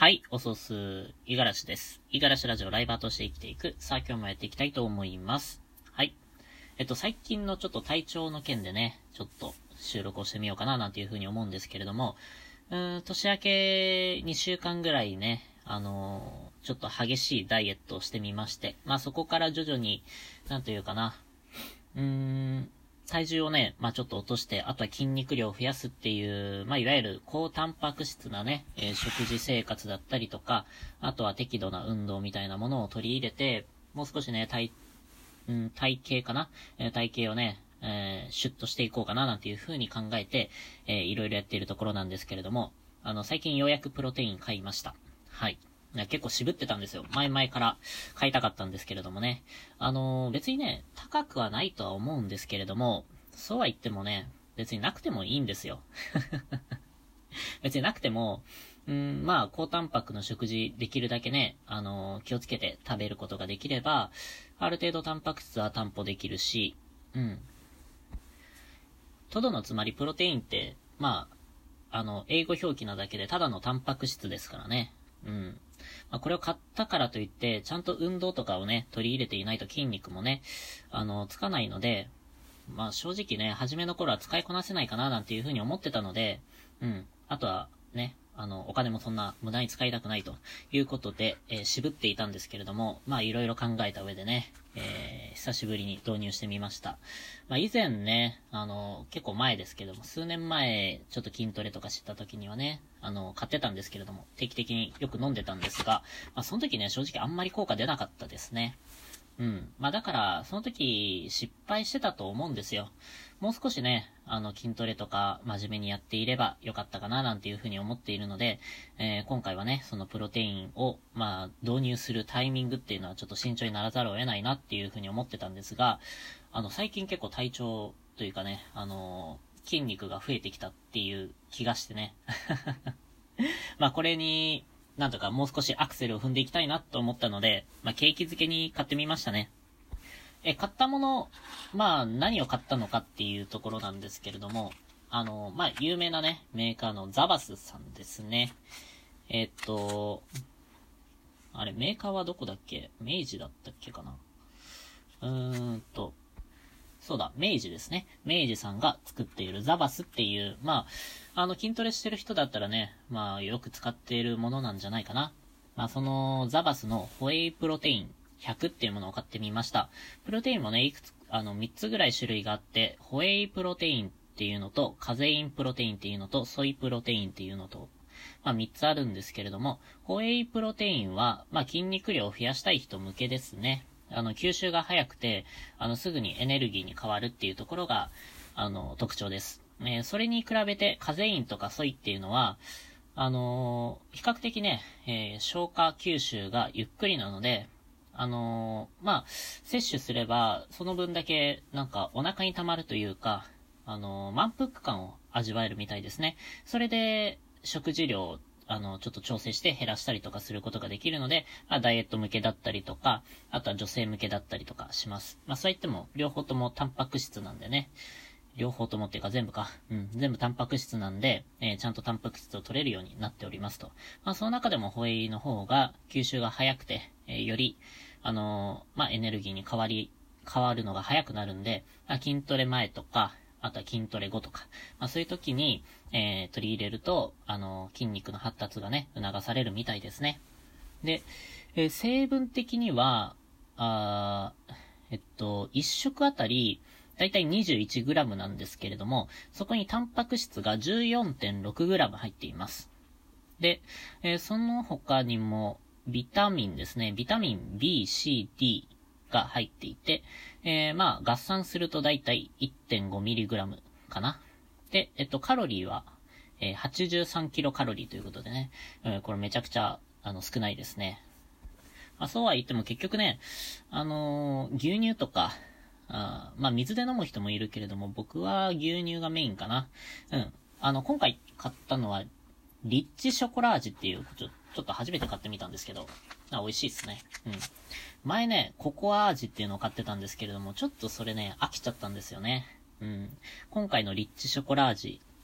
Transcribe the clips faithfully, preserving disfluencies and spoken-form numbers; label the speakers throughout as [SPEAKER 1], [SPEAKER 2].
[SPEAKER 1] はい、おそす、いがらしです。いがらしラジオライバーとして生きていく。さあ今日もやっていきたいと思います。はい。えっと、最近のちょっと体調の件でね、ちょっと収録をしてみようかななんていうふうに思うんですけれども、うーん、年明けにしゅうかんぐらいね、あのー、ちょっと激しいダイエットをしてみまして、まあそこから徐々に、なんというかな、うーん、体重をね、まあちょっと落として、あとは筋肉量を増やすっていう、まあいわゆる高タンパク質なね、えー食事生活だったりとか、あとは適度な運動みたいなものを取り入れて、もう少しね、体、うん、体型かな、えー体型をね、えーシュッとしていこうかななんていう風に考えて、えーいろいろやっているところなんですけれども、あの、最近ようやくプロテイン買いました。はい。ね結構渋ってたんですよ。前々から買いたかったんですけれどもね。あのー別にね、高くはないとは思うんですけれども、そうは言ってもね、別になくてもいいんですよ。別になくても、うん、まあ、高タンパクの食事できるだけね、あのー気をつけて食べることができれば、ある程度タンパク質は担保できるし、うん。とどのつまりプロテインって、まあ、あの、英語表記なだけでただのタンパク質ですからね。うん。まあ、これを買ったからといって、ちゃんと運動とかをね、取り入れていないと筋肉もね、あの、つかないので、まあ正直ね、初めの頃は使いこなせないかななんていう風に思ってたので、うん。あとはね、あの、お金もそんな無駄に使いたくないということで、えー渋っていたんですけれども、まあいろいろ考えた上でね、えー久しぶりに導入してみました。まあ以前ね、あの、結構前ですけども、数年前、ちょっと筋トレとかしてた時にはね、あの、買ってたんですけれども、定期的によく飲んでたんですが、まあその時ね、正直あんまり効果出なかったですね。うん。まあだから、その時、失敗してたと思うんですよ。もう少しね、あの、筋トレとか、真面目にやっていればよかったかな、なんていうふうに思っているので、えー今回はね、そのプロテインを、まあ、導入するタイミングっていうのはちょっと慎重にならざるを得ないなっていうふうに思ってたんですが、あの、最近結構体調というかね、あのー筋肉が増えてきたっていう気がしてね。まあこれに、なんとかもう少しアクセルを踏んでいきたいなと思ったので、まあ景気づけに買ってみましたね。え、買ったもの、まあ何を買ったのかっていうところなんですけれども、あの、まあ有名なね、メーカーのザバスさんですね。えっと、あれ、メーカーはどこだっけ？明治だったっけかな。うーんと、そうだ、明治ですね。明治さんが作っているザバスっていう、まあ、あの、筋トレしてる人だったらね、まあ、よく使っているものなんじゃないかな。まあ、その、ザバスのホエイプロテインひゃくっていうものを買ってみました。プロテインもね、いくつ、あの、みっつぐらい種類があって、ホエイプロテインっていうのと、カゼインプロテインっていうのと、ソイプロテインっていうのと、まあ、みっつあるんですけれども、ホエイプロテインは、まあ、筋肉量を増やしたい人向けですね。あの、吸収が早くて、あの、すぐにエネルギーに変わるっていうところが、あの、特徴です。えーそれに比べて、カゼインとかソイっていうのは、あのー比較的ね、えー消化吸収がゆっくりなので、あのーまあ、摂取すれば、その分だけ、なんか、お腹に溜まるというか、あのー満腹感を味わえるみたいですね。それで、食事量をあの、ちょっと調整して減らしたりとかすることができるので、まあ、ダイエット向けだったりとか、あとは女性向けだったりとかします。まあ、そう言っても、両方ともタンパク質なんでね。両方ともっていうか全部か。うん。全部タンパク質なんで、えーちゃんとタンパク質を取れるようになっておりますと。まあ、その中でもホエイの方が吸収が早くて、えーより、あのーまあ、エネルギーに変わり、変わるのが早くなるんで、まあ、筋トレ前とか、あとは筋トレ後とか、まあそういう時に、えー、取り入れると、あのー筋肉の発達がね、促されるみたいですね。で、えー成分的には、あーえっと、いっ食あたり、だいたい にじゅういちグラム なんですけれども、そこにタンパク質が じゅうよんてんろくグラム 入っています。で、えーその他にも、ビタミンですね。ビタミン B、C、D が入っていて、えー、まあ、合算するとだいたい いってんごミリグラム かな。で、えっと、カロリーは、えー、はちじゅうさんキロカロリーということでね、うん、これめちゃくちゃ、あの、少ないですね。まあ、そうは言っても結局ね、あのー牛乳とか、あまあ、水で飲む人もいるけれども、僕は牛乳がメインかな。うん。あの、今回買ったのは、リッチショコラ味っていう、ちょ、ちょっと初めて買ってみたんですけど、あ、美味しいですね。うん。前ね、ココア味っていうのを買ってたんですけれども、ちょっとそれね、飽きちゃったんですよね。うん。今回のリッチショコラ味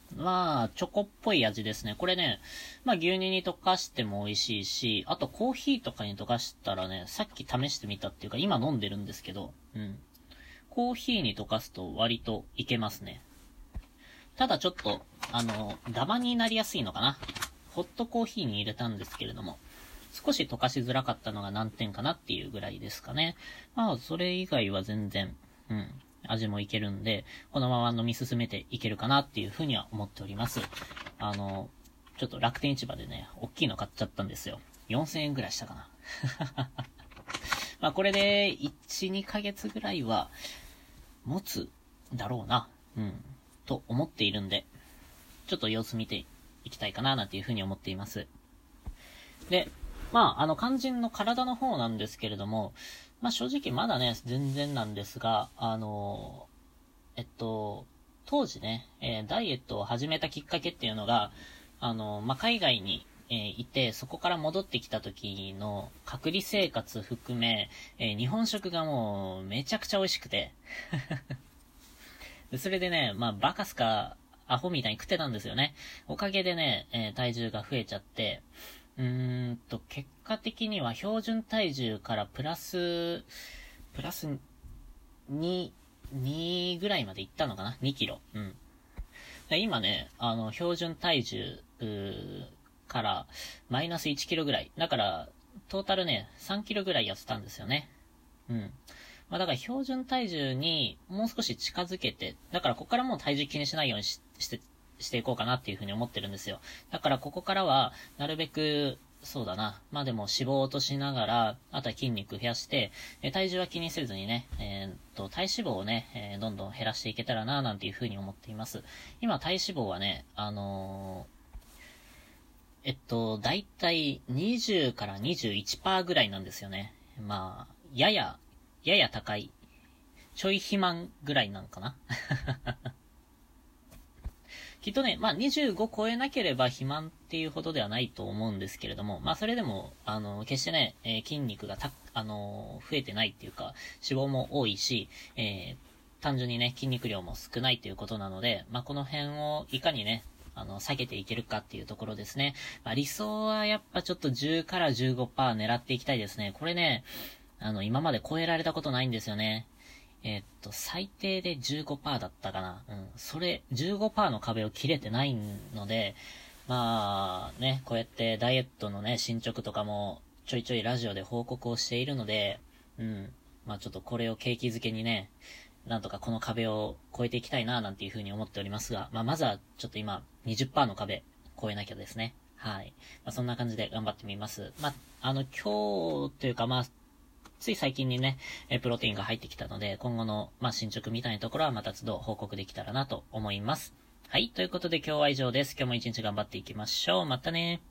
[SPEAKER 1] まあ、チョコっぽい味ですね。これね、まあ牛乳に溶かしても美味しいし、あとコーヒーとかに溶かしたらね、さっき試してみたっていうか、今飲んでるんですけど、うん。コーヒーに溶かすと割といけますね。ただちょっと、あの、ダマになりやすいのかな。ホットコーヒーに入れたんですけれども、少し溶かしづらかったのが難点かなっていうぐらいですかね。まあ、それ以外は全然、うん、味もいけるんで、このまま飲み進めていけるかなっていうふうには思っております。あの、ちょっと楽天市場でね、大きいの買っちゃったんですよ。よんせんえんぐらいしたかな。まあ、これで、いち、にかげつぐらいは、持つだろうな。うん。と思っているんで、ちょっと様子見ていきたいかななんていうふうに思っています。で、まあ、あの、肝心の体の方なんですけれども、まあ正直まだね、全然なんですが、あの、えっと、当時ね、えー、ダイエットを始めたきっかけっていうのが、あの、まあ海外に、えー、いて、そこから戻ってきた時の隔離生活含め、えー、日本食がもうめちゃくちゃ美味しくて。でそれでね、まあバカすかアホみたいに食ってたんですよね。おかげでね、えー、体重が増えちゃって、うーんと、結果的には標準体重からプラス、プラスに、にぐらいまでいったのかな ?に キロ。うん。で今ね、あの、標準体重、からマイナスいちキロぐらい。だから、トータルね、さんキロぐらい痩せたんですよね。うん。まあだから標準体重にもう少し近づけて、だからここからもう体重気にしないようにしして、していこうかなっていうふうに思ってるんですよ。だからここからは、なるべく、そうだな。まあでも脂肪を落としながら、あとは筋肉増やして、え体重は気にせずにね、えー、っと、体脂肪をね、えー、どんどん減らしていけたらな、なんていうふうに思っています。今体脂肪はね、あのー、えっと、だいたいにじゅうから にじゅういちパーセント ぐらいなんですよね。まあ、やや、やや高い。ちょい肥満ぐらいなんかなきっとね、まあにじゅうご超えなければ肥満っていうほどではないと思うんですけれども、まあそれでも、あの、決してね、えー、筋肉がた、あのー、増えてないっていうか、脂肪も多いし、えー、単純にね、筋肉量も少ないということなので、まあこの辺をいかにね、あの、下げていけるかっていうところですね。まあ理想はやっぱちょっとじゅうからじゅうごパーセント狙っていきたいですね。これね、あの、今まで超えられたことないんですよね。えーっと、最低で じゅうごパーセント だったかな。うん。それ、じゅうごパーセント の壁を切れてないので、まあ、ね、こうやってダイエットのね、進捗とかも、ちょいちょいラジオで報告をしているので、うん。まあちょっとこれを景気づけにね、なんとかこの壁を超えていきたいな、なんていうふうに思っておりますが、まあまずは、ちょっと今、にじゅっパーセントの壁、超えなきゃですね。はい。まあそんな感じで頑張ってみます。まあ、あの、今日というかまあ、つい最近にね、えプロテインが入ってきたので、今後の、まあ、進捗みたいなところはまた都度報告できたらなと思います。はい。ということで今日は以上です。今日も一日頑張っていきましょう。またね。